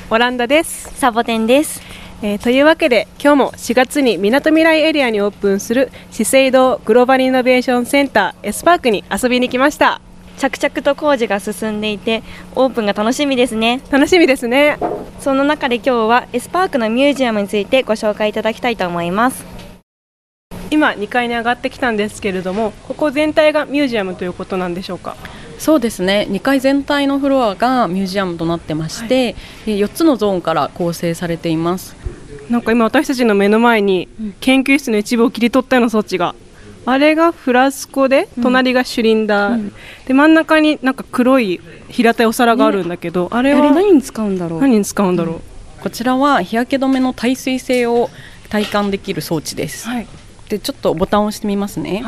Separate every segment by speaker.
Speaker 1: オランダです。
Speaker 2: サボテンです。
Speaker 1: というわけで今日も4月にみなとみらいエリアにオープンする資生堂グローバルイノベーションセンター S パークに遊びに来ました。
Speaker 2: 着々と工事が進んでいてオープンが楽しみですね。
Speaker 1: 楽しみですね。
Speaker 2: その中で今日は S パークのミュージアムについてご紹介いただきたいと思います。
Speaker 1: 今2階に上がってきたんですけれども、ここ全体がミュージアムということなんでしょうか？
Speaker 3: そうですね、2階全体のフロアがミュージアムとなってまして、4つのゾーンから構成されています。
Speaker 1: なんか今私たちの目の前に研究室の一部を切り取ったような装置が、あれがフラスコで隣がシュリンダー、で真ん中になんか黒い平たいお皿があるんだけど、あれは
Speaker 2: 何に使うんだろう。
Speaker 3: こちらは日焼け止めの耐水性を体感できる装置です、でちょっとボタンを押してみますね。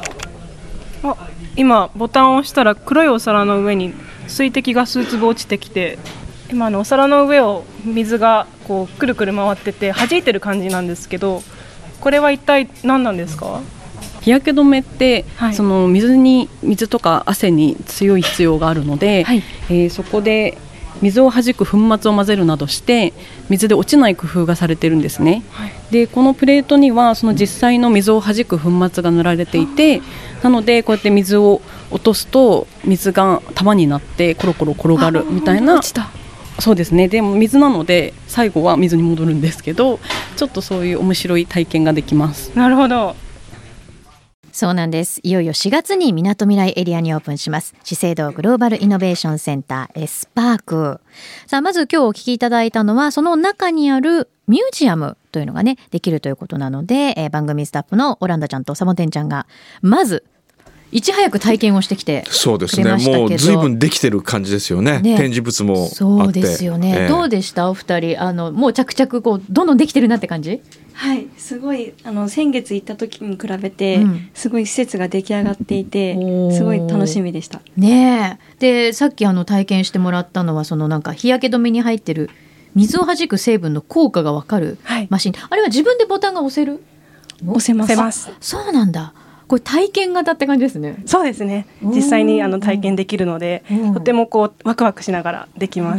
Speaker 1: 今ボタンを押したら黒いお皿の上に水滴が数粒落ちてきて、今お皿の上を水がこうくるくる回ってて弾いてる感じなんですけど、これは一体何なんですか？
Speaker 3: 日焼け止めって、その水とか汗に強い必要があるので、そこで水を弾く粉末を混ぜるなどして水で落ちない工夫がされているんですね、でこのプレートにはその実際の水を弾く粉末が塗られていて、なのでこうやって水を落とすと水が玉になってコロコロ転がるみたいな。そうですね。でも水なので最後は水に戻るんですけど、ちょっとそういう面白い体験ができます。
Speaker 1: なるほど。
Speaker 4: そうなんです。いよいよ4月にみなとみらいエリアにオープンします資生堂グローバルイノベーションセンター S パーク。さあまず今日お聞きいただいたのはその中にあるミュージアムというのがねできるということなので、番組スタッフのオランダちゃんとサボテンちゃんがまずいち早く体験をしてきてくれましたけど。
Speaker 5: そうですね、もう随分できてる感じですよ ね。展示物もあって。
Speaker 4: そうですよね、どうでしたお二人。もう着々こうどんどんできてるなって感じ？
Speaker 2: はい、すごい先月行った時に比べて、すごい施設が出来上がっていてすごい楽しみでした
Speaker 4: ね。でさっき体験してもらったのはそのなんか日焼け止めに入ってる水を弾く成分の効果が分かるマシン、あれは自分でボタンが押せる？
Speaker 2: 押せます。
Speaker 4: そうなんだ。これ体験型って感じですね。
Speaker 1: そうですね、実際に体験できるのでとてもこうワクワクしながらできます。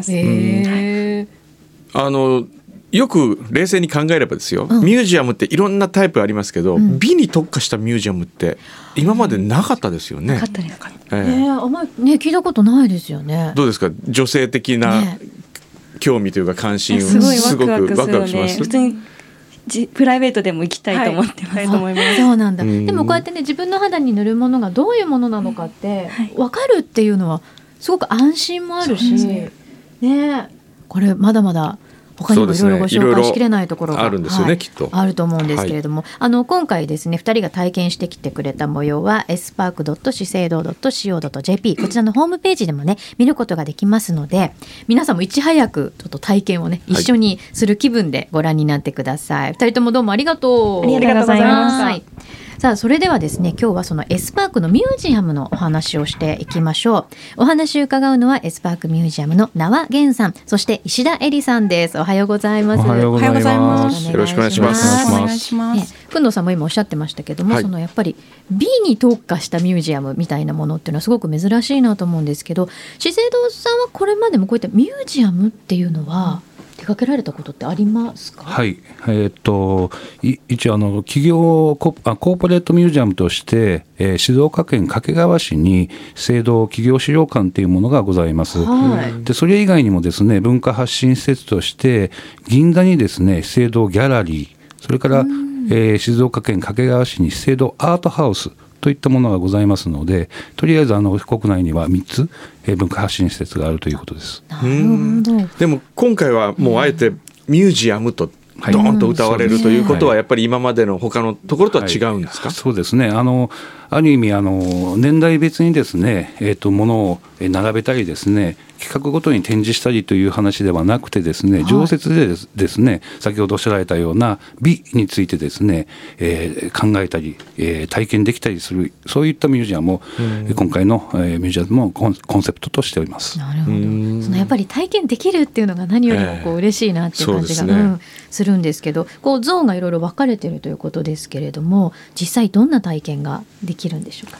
Speaker 5: よく冷静に考えればですよ、ミュージアムっていろんなタイプありますけど、美に特化したミュージアムって今までなかったですよね。
Speaker 2: なかったですか？
Speaker 4: あんまりね聞いたことないですよね。
Speaker 5: どうですか、女性的な興味というか関心を
Speaker 2: すごいワク
Speaker 5: すごくワクワ
Speaker 2: ワクするので、
Speaker 5: クします。
Speaker 2: 普通にプライベートでも行きたいと思ってます、
Speaker 4: そうなんだ。でもこうやってね自分の肌に塗るものがどういうものなのかって分かるっていうのはすごく安心もあるし、ね、これまだまだ他にもいろいろご紹介しきれないところが
Speaker 5: あるんですよね、きっと
Speaker 4: あると思うんですけれども、今回ですね2人が体験してきてくれた模様は spark. 資生堂 .co.jp こちらのホームページでもね見ることができますので、皆さんもいち早くちょっと体験をね一緒にする気分でご覧になってください。2人ともどうもありがとう。
Speaker 2: ありがとうございました。
Speaker 4: さあそれではですね今日はその S パークのミュージアムのお話をしていきましょう。お話を伺うのは S パークミュージアムの名和源さん、そして石田恵里さんです。おはようございます。
Speaker 6: おはようございます。
Speaker 5: よろしくお願いします。
Speaker 4: ふんどうさんも今おっしゃってましたけども、そのやっぱり美に特化したミュージアムみたいなものっていうのはすごく珍しいなと思うんですけど、資生堂さんはこれまでもこういったミュージアムっていうのは手掛けられたことってありますか？
Speaker 6: はい、一応企業コーポレートミュージアムとして、静岡県掛川市に資生堂企業資料館というものがございます、でそれ以外にもですね文化発信施設として銀座にですね資生堂ギャラリー、それから、静岡県掛川市に資生堂アートハウスといったものがございますので、とりあえず国内には3つ、文化発信施設があるということです。
Speaker 5: でも今回はもうあえてミュージアムとドーンと歌われるということはやっぱり今までの他のところとは違うんですか？
Speaker 6: そうですね、ある意味年代別にですね、ものを並べたりですね企画ごとに展示したりという話ではなくてですね、常設でですね先ほどおっしゃられたような美についてですね、考えたり、体験できたりする、そういったミュージアムを今回のミュージアムもコンセプトとしております。
Speaker 4: なるほど。そのやっぱり体験できるっていうのが何よりもこう嬉しいなっていう感じが、するんですけど、こうゾーンがいろいろ分かれているということですけれども、実際どんな体験ができるんでしょうか？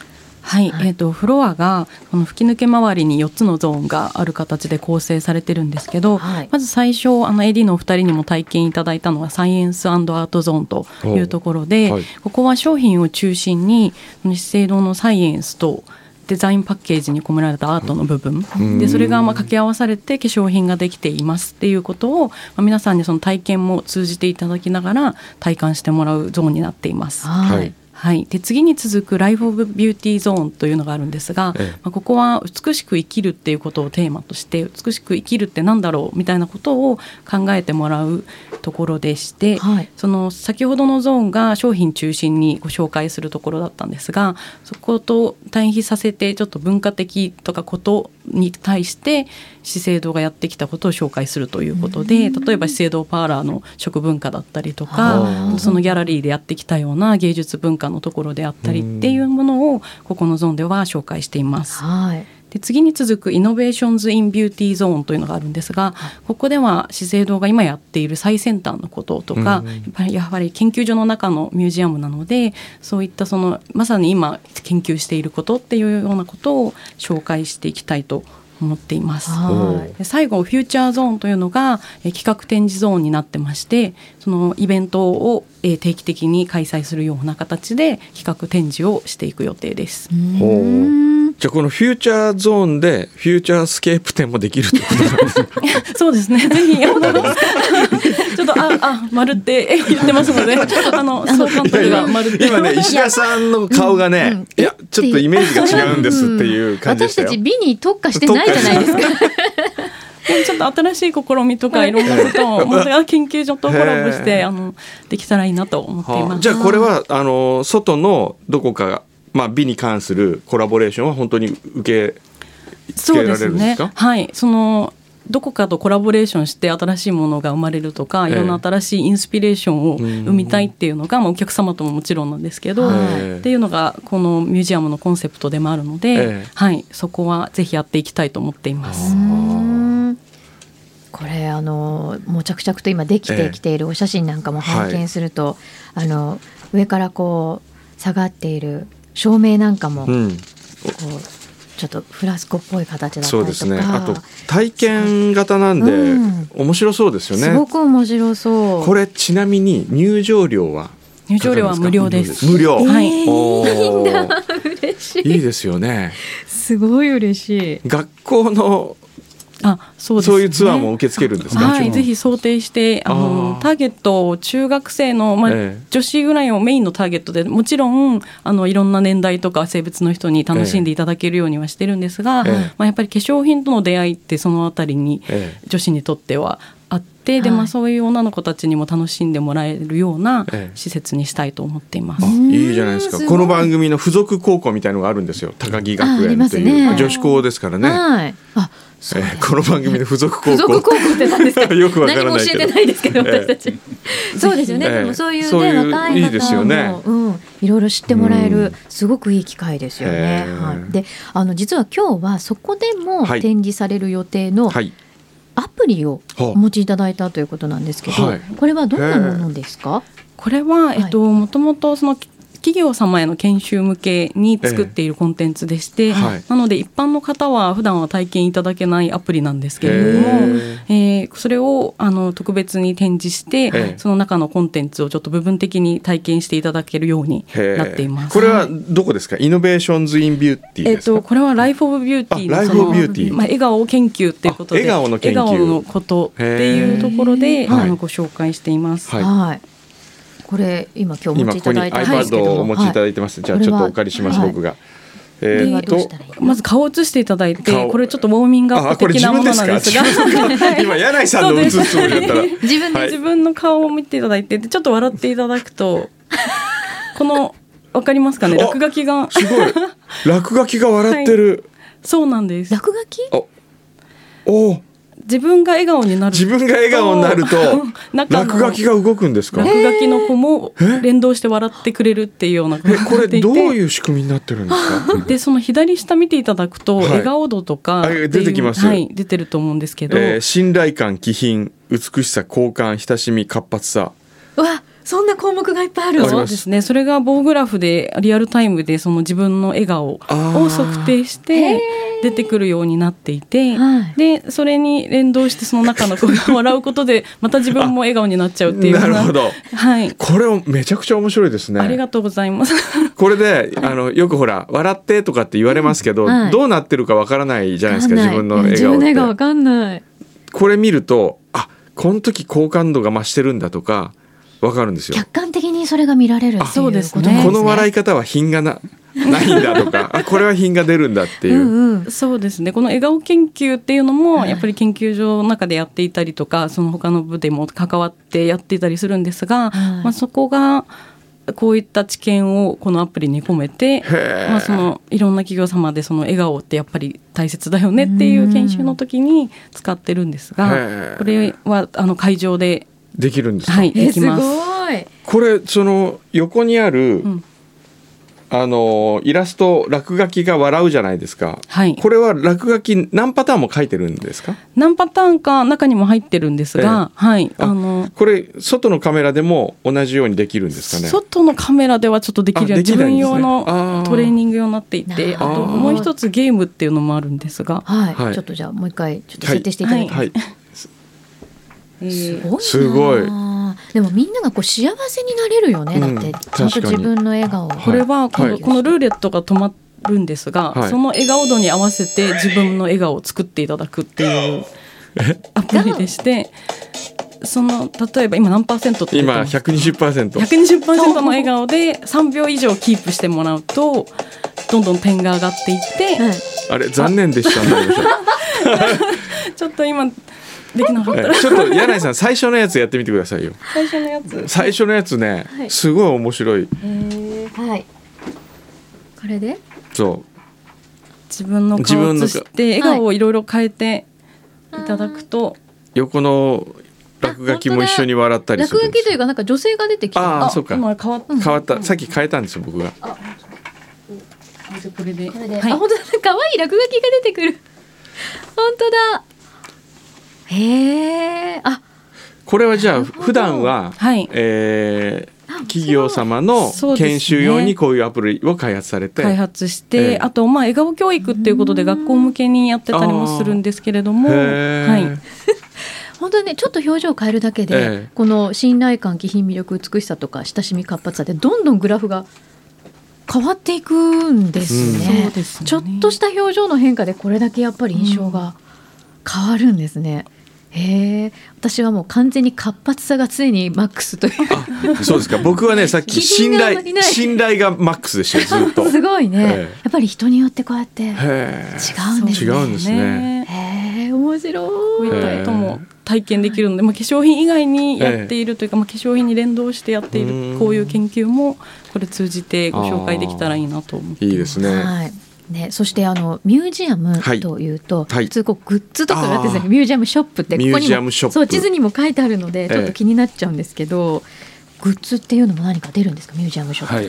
Speaker 3: はい、フロアがこの吹き抜け周りに4つのゾーンがある形で構成されてるんですけど、はい、まず最初AD のお二人にも体験いただいたのはサイエンス&アートゾーンというところで、はい、ここは商品を中心に資生堂のサイエンスとデザインパッケージに込められたアートの部分で、それが掛け合わされて化粧品ができていますっていうことを皆さんにその体験も通じていただきながら体感してもらうゾーンになっています。
Speaker 4: はい、
Speaker 3: はい、で次に続くライフ・オブ・ビューティー・ゾーンというのがあるんですが、ここは美しく生きるっていうことをテーマとして、美しく生きるってなんだろうみたいなことを考えてもらうところでして、はい、その先ほどのゾーンが商品中心にご紹介するところだったんですが、そこと対比させてちょっと文化的とかことに対して資生堂がやってきたことを紹介するということで、例えば資生堂パーラーの食文化だったりとか、そのギャラリーでやってきたような芸術文化のところであったりっていうものをここのゾーンでは紹介しています。
Speaker 4: はい、
Speaker 3: で次に続くイノベーションズ・イン・ビューティー・ゾーンというのがあるんですが、ここでは資生堂が今やっている最先端のこととか、やはり研究所の中のミュージアムなので、そういったそのまさに今研究していることっていうようなことを紹介していきたいと思っています。で最後フューチャーゾーンというのが企画展示ゾーンになってまして、そのイベントを定期的に開催するような形で企画展示をしていく予定です。
Speaker 5: じゃあこのフューチャーゾーンでフューチャースケープ展もできるってことなんですか？
Speaker 3: そうですね、ぜひちょっと丸って言ってますので、総監督が丸って
Speaker 5: 今ね、石田さんの顔がね、いやちょっとイメージが違うんですっていう感じでしたよ。
Speaker 4: 私たち美に特化してないじゃないですか。
Speaker 3: ちょっと新しい試みとかいろんなことを研究所とコラボしてできたらいいなと思っています。
Speaker 5: じゃあこれは外のどこか美に関するコラボレーションは本当に受け付けられるんですか？
Speaker 3: そうですね、はい、そのどこかとコラボレーションして新しいものが生まれるとか、いろんな新しいインスピレーションを生みたいっていうのが、お客様とももちろんなんですけど、っていうのがこのミュージアムのコンセプトでもあるので、はい、そこはぜひやっていきたいと思っています。
Speaker 4: これもう着々と今できてきているお写真なんかも拝見すると、上からこう下がっている照明なんかも、こうちょっとフラスコっぽい形だったりとか、
Speaker 5: そうですね、あと体験型なんで、面白そうですよね。
Speaker 4: すごく面白そう。
Speaker 5: これちなみに入場料は
Speaker 3: 無料です。
Speaker 5: 無料、
Speaker 3: はい、
Speaker 4: いいんだ、嬉しい。
Speaker 5: いいですよね。
Speaker 4: すごい嬉しい。
Speaker 5: 学校の
Speaker 3: そうですね、
Speaker 5: そういうツアーも受け付けるんですか？
Speaker 3: はい、ぜひ想定してターゲットを中学生の、女子ぐらいをメインのターゲットで、もちろんいろんな年代とか性別の人に楽しんでいただけるようにはしてるんですが、やっぱり化粧品との出会いってそのあたりに、女子にとってはあって、でそういう女の子たちにも楽しんでもらえるような施設にしたいと思っています。
Speaker 5: いいじゃないですか。この番組の付属高校みたいのがあるんですよ。高木学園という女子校ですからね。
Speaker 4: はい、
Speaker 5: この番組の付属高校、
Speaker 4: 付属高校って何ですか？
Speaker 5: よくわからないけど、
Speaker 4: 何も教えてないですけど、私たちそうですよね、でもそういうね、若い方もいろいろ知ってもらえる、すごくいい機会ですよね。で実は今日はそこでも展示される予定のアプリをお持ちいただいたということなんですけど、これはどんなものですか？
Speaker 3: これはもともとその企業様への研修向けに作っているコンテンツでして、なので一般の方は普段は体験いただけないアプリなんですけれども、それを特別に展示して、その中のコンテンツをちょっと部分的に体験していただけるようになっています。
Speaker 5: これはどこですか？イノベーションズ・イン・ビューティーですか？
Speaker 3: これはライフ・オブ・ビューティーの、
Speaker 5: ライフ・オブ・ビューティー、
Speaker 3: 笑顔研究っていうことで、
Speaker 5: 笑顔の研究、
Speaker 3: 笑顔のことっていうところでご紹介しています。
Speaker 4: これ今日お持ちいただいたんですけども、
Speaker 5: iPad をお持ちいただいてます。じゃあちょっとお借りします、僕が。
Speaker 3: まず顔を映していただいて、これちょっとウォーミングアップ的なものなんですが、
Speaker 5: 今柳井さんの映すつもりだったら
Speaker 3: 自分の顔を見ていただいて、ちょっと笑っていただくとこのわかりますかね、落書きが
Speaker 5: すごい落書きが笑ってる、
Speaker 3: そうなんです。
Speaker 4: 落書き
Speaker 3: 自分が笑顔になる
Speaker 5: と落書きが動くんですか？
Speaker 3: 落書きの子も連動して笑ってくれるっていうような、
Speaker 5: これどういう仕組みになってるんですか？
Speaker 3: でその左下見ていただくと、笑顔度とか
Speaker 5: 出てきます。
Speaker 3: 出てると思うんですけど、
Speaker 5: 信頼感、気品、美しさ、好感、親しみ、活発さ。
Speaker 4: そんな項目がいっぱいある。
Speaker 3: そうですね。それが棒グラフでリアルタイムでその自分の笑顔を測定して出てくるようになっていて、でそれに連動してその中の子が笑うことでまた自分も笑顔になっちゃうっていう。
Speaker 5: なるほど。
Speaker 3: はい。
Speaker 5: これをめちゃくちゃ面白いですね。
Speaker 3: ありがとうございます。
Speaker 5: これでよくほら笑ってとかって言われますけど、どうなってるかわからないじゃないですか、自分の笑顔って。
Speaker 4: 自分の笑顔わかんない。
Speaker 5: これ見るとこの時好感度が増してるんだとかわかるんですよ。
Speaker 4: 客観的にそれが見られるっていうことですね。
Speaker 5: この笑い方は品がないんだとかこれは品が出るんだっていう、
Speaker 3: そうですね。この笑顔研究っていうのもやっぱり研究所の中でやっていたりとか、その他の部でも関わってやっていたりするんですが、そこがこういった知見をこのアプリに込めて、そのいろんな企業様でその笑顔ってやっぱり大切だよねっていう研修の時に使ってるんですが、これは会場で
Speaker 5: できるんですか？
Speaker 3: はい、できます。
Speaker 4: すごい。
Speaker 5: これその横にある、イラスト落書きが笑うじゃないですか、はい、これは落書き何パターンも書いてるんですか？
Speaker 3: 何パターンか中にも入ってるんですが、はい、
Speaker 5: これ外のカメラでも同じようにできるんですかね？
Speaker 3: 外のカメラではちょっとできるように、自分用のトレーニング用になっていて、あともう一つゲームっていうのもあるんですが、
Speaker 4: はい、ちょっとじゃあもう一回ちょっと設定していただいて、
Speaker 5: はい
Speaker 4: すごいでもみんながこう幸せになれるよね、だってちゃんと自分の笑顔、
Speaker 3: これはこのルーレットが止まるんですが、その笑顔度に合わせて自分の笑顔を作っていただくっていうアプリでして、その例えば今何パーセントって言ったんですか？
Speaker 5: 今
Speaker 3: 120% の笑顔で3秒以上キープしてもらうとどんどん点が上がっていって、
Speaker 5: あれ残念でしたね
Speaker 3: ちょっと今できなかったら、
Speaker 5: ちょっと柳井さん最初のやつやってみてくださいよ。最初のやつね、すごい面白い。
Speaker 4: はい。これで
Speaker 5: そう
Speaker 3: 自分の顔を映して笑顔をいろいろ変えていただくと、
Speaker 5: 横の落書きも一緒に笑ったりするんです。
Speaker 4: 落書きというかなんか女性が出てきた。
Speaker 5: そうか。
Speaker 3: 今変わ
Speaker 5: った、さっき変えたんですよ僕が。
Speaker 3: これで、
Speaker 4: 本当だ、可愛い落書きが出てくる。本当だ。へえ。
Speaker 5: これはじゃあ普段は、企業様の研修用にこういうアプリを開発されて、
Speaker 3: 開発して、あと笑顔教育っていうことで学校向けにやってたりもするんですけれども、
Speaker 4: 本当にね、ちょっと表情を変えるだけで、この信頼感、気品、魅力、美しさとか親しみ、活発さでどんどんグラフが変わっていくんですね。そうですね。ちょっとした表情の変化でこれだけやっぱり印象が変わるんですね。私はもう完全に活発さが常にマックスという。
Speaker 5: そうですか。僕はね、さっき信頼がマックスでしたよ、ずっと。
Speaker 4: すごいね、やっぱり人によってこうやって違うんですね。
Speaker 5: 違うんですね。
Speaker 4: 面白い。
Speaker 3: こういったことも体験できるので、化粧品以外にやっているというか、化粧品に連動してやっているこういう研究もこれ通じてご紹介できたらいいなと思って。
Speaker 5: いいですね。
Speaker 4: ね、そしてミュージアムというと、普通こうグッズとかがあってですね、ミュージアムショップってここにもそう地図にも書いてあるのでちょっと気になっちゃうんですけど、グッズっていうのも何か出るんですか？ミュージアムショップって。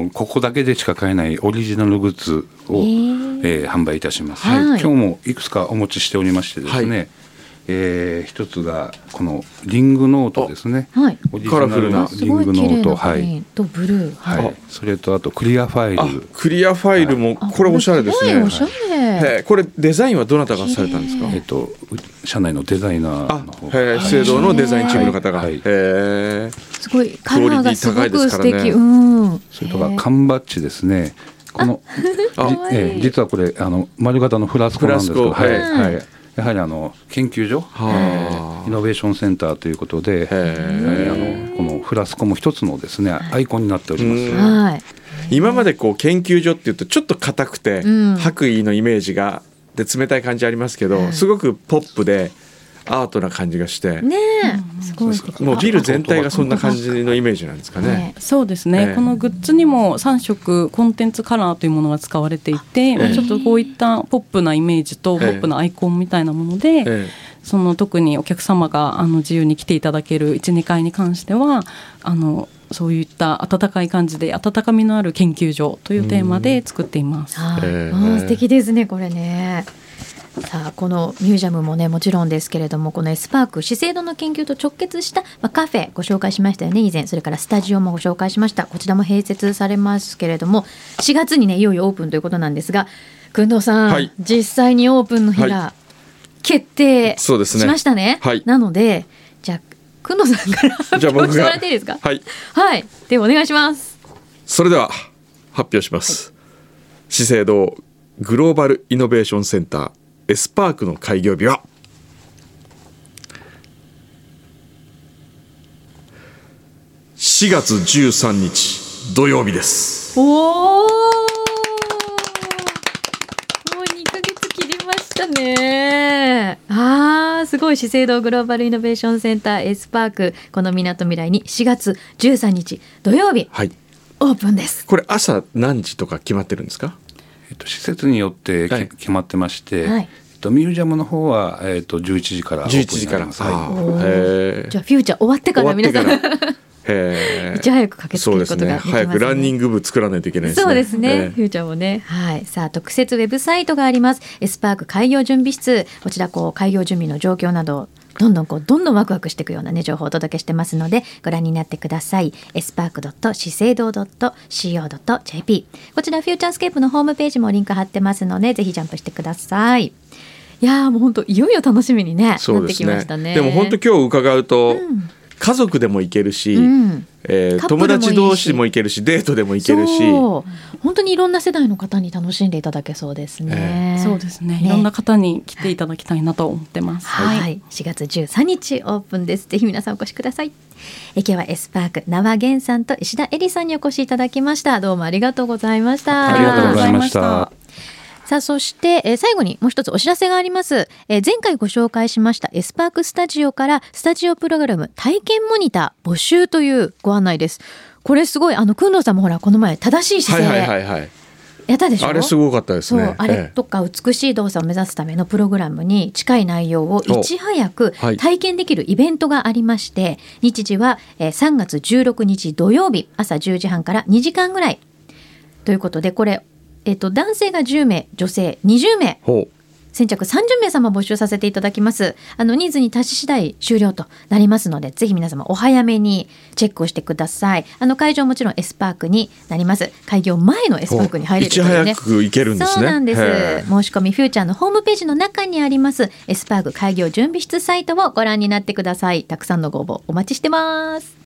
Speaker 6: ここだけでしか買えないオリジナルグッズを、販売いたします。今日もいくつかお持ちしておりましてですね、一つがこのリングノートですね。
Speaker 5: カラフルな
Speaker 6: リングノート、
Speaker 4: とブルー、
Speaker 6: それとあとクリアファイル。
Speaker 5: クリアファイルもこれおしゃれですね。
Speaker 4: おしゃれ。
Speaker 5: これデザインはどなたがされたんですか？
Speaker 6: 社内のデザイナーの方。
Speaker 5: 資生堂のデザインチームの方が。
Speaker 4: すごいカラーがすごく素敵。
Speaker 6: それとか缶バッジですね。この実はこれ丸型のフラスコなんですけど、やはり研究所、イノベーションセンターということで、このフラスコも一つのですねアイコンになっております。
Speaker 5: 今までこう研究所っていうとちょっと硬くて、白衣のイメージがで冷たい感じありますけど、すごくポップでアートな感じがして
Speaker 4: ね、すごい
Speaker 5: もうビル全体がそんな感じのイメージなんですかね。
Speaker 3: そうですね、このグッズにも3色コンテンツカラーというものが使われていて、ちょっとこういったポップなイメージとポップなアイコンみたいなもので、その特にお客様が自由に来ていただける 1,2 階に関してはそういった温かい感じで温かみのある研究所というテーマで作っています。
Speaker 4: 素敵ですねこれね。 さあこのミュージアムもねもちろんですけれども、このエスパーク資生堂の研究と直結した、カフェご紹介しましたよね以前。それからスタジオもご紹介しました。こちらも併設されますけれども、4月にねいよいよオープンということなんですが、工藤さん、はい、実際にオープンの日が決定しましたね。
Speaker 5: はい、
Speaker 4: なのでじゃあ工藤さんから発表してもらっていいですか。
Speaker 5: はい、
Speaker 4: はい、ではお願いします。
Speaker 5: それでは発表します。資生堂グローバルイノベーションセンターエスパークの開業日は4月13日土曜日です。
Speaker 4: おー、もう2ヶ月切りましたね。すごい。資生堂グローバルイノベーションセンターエスパーク、このみなとみらいに4月13日土曜日、はい、オープンです。
Speaker 5: これ朝何時とか決まってるんですか。
Speaker 6: 施設によって決まってまして、はい、ミュージアムの方は、11時からオープンになります。
Speaker 4: じゃあフューチャー終わってから皆さんいち早く駆けつけることができますね。
Speaker 5: 早くランニング部作らないといけないですね。
Speaker 4: そうですね、フューチャーもね。はい、さあ特設ウェブサイトがあります。エスパーク開業準備室、こちら開業準備の状況などどんどんワクワクしていくような、ね、情報をお届けしてますのでご覧になってください。エスパーク資生堂 .co.jp、 こちらフューチャースケープのホームページもリンク貼ってますのでぜひジャンプしてください。いやもう本当いよいよ楽しみに、ね、なってきましたね。
Speaker 5: でも本当今日伺うと、家族でも行けるし、友達同士も行けるし、デートでも行けるし、
Speaker 4: 本当にいろんな世代の方に楽しんでいただけそうですね。
Speaker 3: そうですね、いろんな方に来ていただきたいなと思ってます。
Speaker 4: はい、4月13日オープンです。ぜひ皆さんお越しください。今日はエスパーク名和源さんと石田恵里さんにお越しいただきました。どうもありがとうございました。
Speaker 6: ありがとうございました。
Speaker 4: さあそして、最後にもう一つお知らせがあります。前回ご紹介しましたエスパークスタジオからスタジオプログラム体験モニター募集というご案内です。これすごい、工藤さんもほらこの前正しい姿勢、やったでしょ。
Speaker 5: あれすごかったですね。
Speaker 4: そう、あれとか美しい動作を目指すためのプログラムに近い内容をいち早く体験できるイベントがありまして、日時は3月16日土曜日朝10時半から2時間ぐらいということで、これ男性が10名女性20名先着30名様募集させていただきます。人数に達し次第終了となりますので、ぜひ皆様お早めにチェックをしてください。会場もちろんエスパークになります。開業前のエスパークに入れるというね。
Speaker 5: いち早く行けるんですね。
Speaker 4: そうなんです。申し込みフューチャーのホームページの中にありますエスパーク開業準備室サイトをご覧になってください。たくさんのご応募お待ちしてます。